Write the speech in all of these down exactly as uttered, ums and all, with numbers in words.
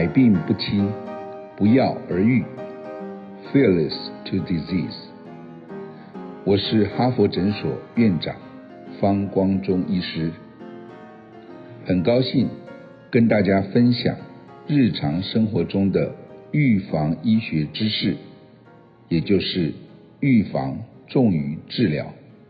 百病不侵，不药而愈 Fearless to Disease。 我是哈佛诊所院长方光宗医师，很高兴跟大家分享日常生活中的预防医学知识，也就是预防重于治疗。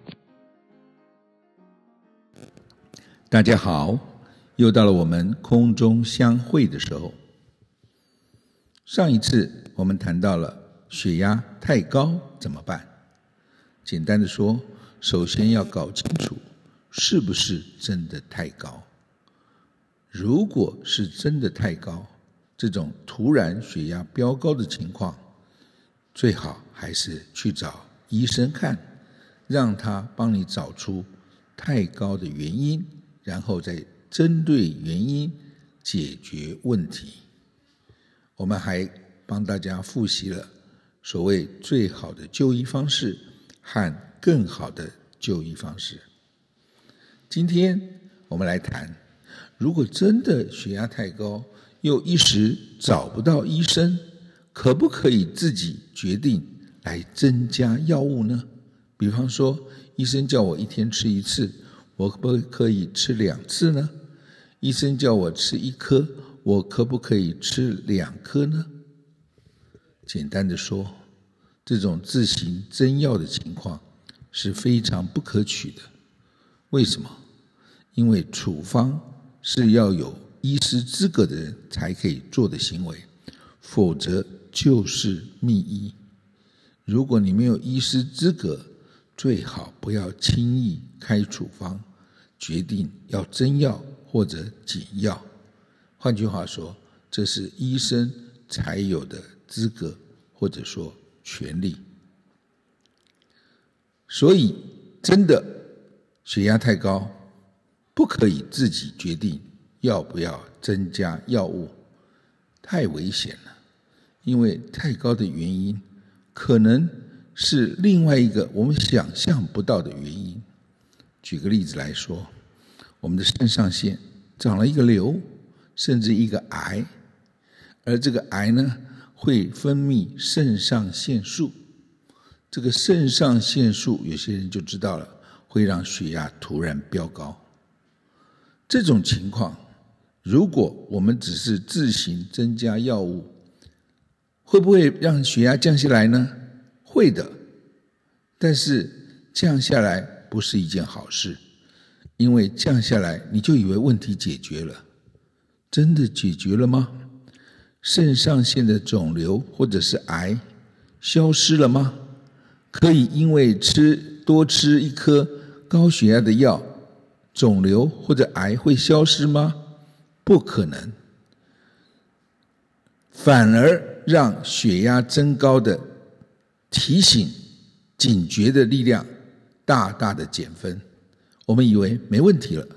大家好，又到了我们空中相会的时候。上一次我们谈到了血压太高怎么办？简单的说，首先要搞清楚是不是真的太高。如果是真的太高，这种突然血压飙高的情况，最好还是去找医生看，让他帮你找出太高的原因，然后再针对原因解决问题。我们还帮大家复习了所谓最好的就医方式和更好的就医方式。今天我们来谈，如果真的血压太高，又一时找不到医生，可不可以自己决定来增加药物呢？比方说，医生叫我一天吃一次，我可不可以吃两次呢？医生叫我吃一颗，我可不可以吃两颗呢？简单的说，这种自行增药的情况是非常不可取的。为什么？因为处方是要有医师资格的人才可以做的行为，否则就是密医。如果你没有医师资格，最好不要轻易开处方，决定要增药或者减药。换句话说，这是医生才有的资格，或者说权利。所以真的血压太高，不可以自己决定要不要增加药物，太危险了。因为太高的原因可能是另外一个我们想象不到的原因。举个例子来说，我们的肾上腺长了一个瘤，甚至一个癌，而这个癌呢，会分泌肾上腺素。这个肾上腺素有些人就知道了，会让血压突然飙高。这种情况，如果我们只是自行增加药物，会不会让血压降下来呢？会的，但是降下来不是一件好事，因为降下来你就以为问题解决了。真的解决了吗？肾上腺的肿瘤或者是癌消失了吗？可以因为吃多吃一颗高血压的药，肿瘤或者癌会消失吗？不可能，反而让血压增高的提醒警觉的力量大大的减分。我们以为没问题了。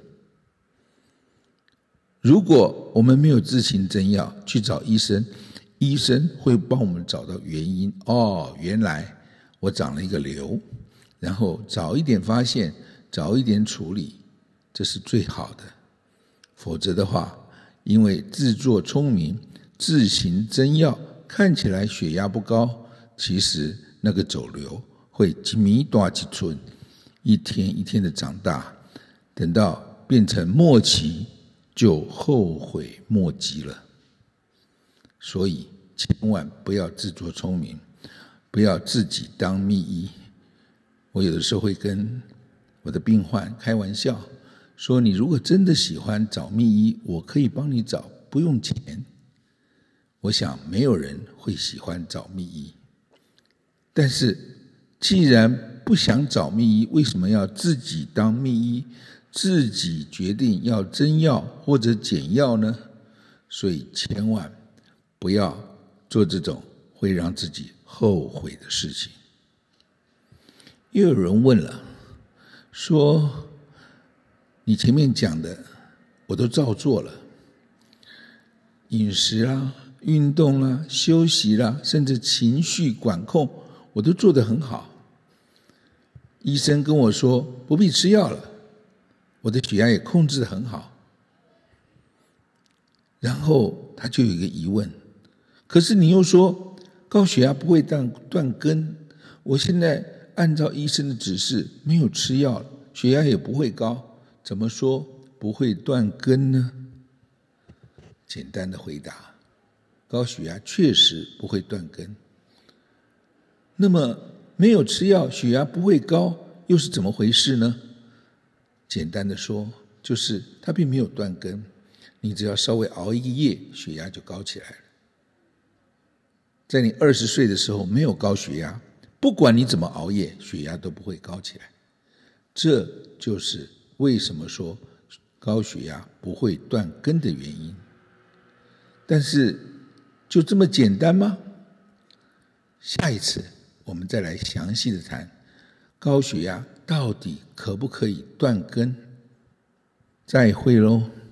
如果我们没有自行增药，去找医生，医生会帮我们找到原因。哦，原来我长了一个瘤，然后早一点发现，早一点处理，这是最好的。否则的话，因为自作聪明，自行增药，看起来血压不高，其实那个肿瘤会一米大一寸，一天一天的长大，等到变成末期，就后悔莫及了。所以千万不要自作聪明，不要自己当秘医。我有的时候会跟我的病患开玩笑，说你如果真的喜欢找秘医，我可以帮你找，不用钱。我想没有人会喜欢找秘医，但是既然不想找秘医，为什么要自己当秘医，自己决定要增药或者减药呢？所以千万不要做这种会让自己后悔的事情。又有人问了，说你前面讲的我都照做了，饮食啦、运动啦、休息啦，甚至情绪管控我都做得很好。医生跟我说不必吃药了，我的血压也控制得很好。 然后他就有一个疑问，可是你又说高血压不会断断根，我现在按照医生的指示没有吃药，血压也不会高，怎么说不会断根呢？简单的回答，高血压确实不会断根。那么没有吃药，血压不会高，又是怎么回事呢？简单的说，就是它并没有断根，你只要稍微熬一个夜，血压就高起来了。在你二十岁的时候没有高血压，不管你怎么熬夜，血压都不会高起来。这就是为什么说高血压不会断根的原因。但是就这么简单吗？下一次我们再来详细的谈高血压到底可不可以断根。再会喽。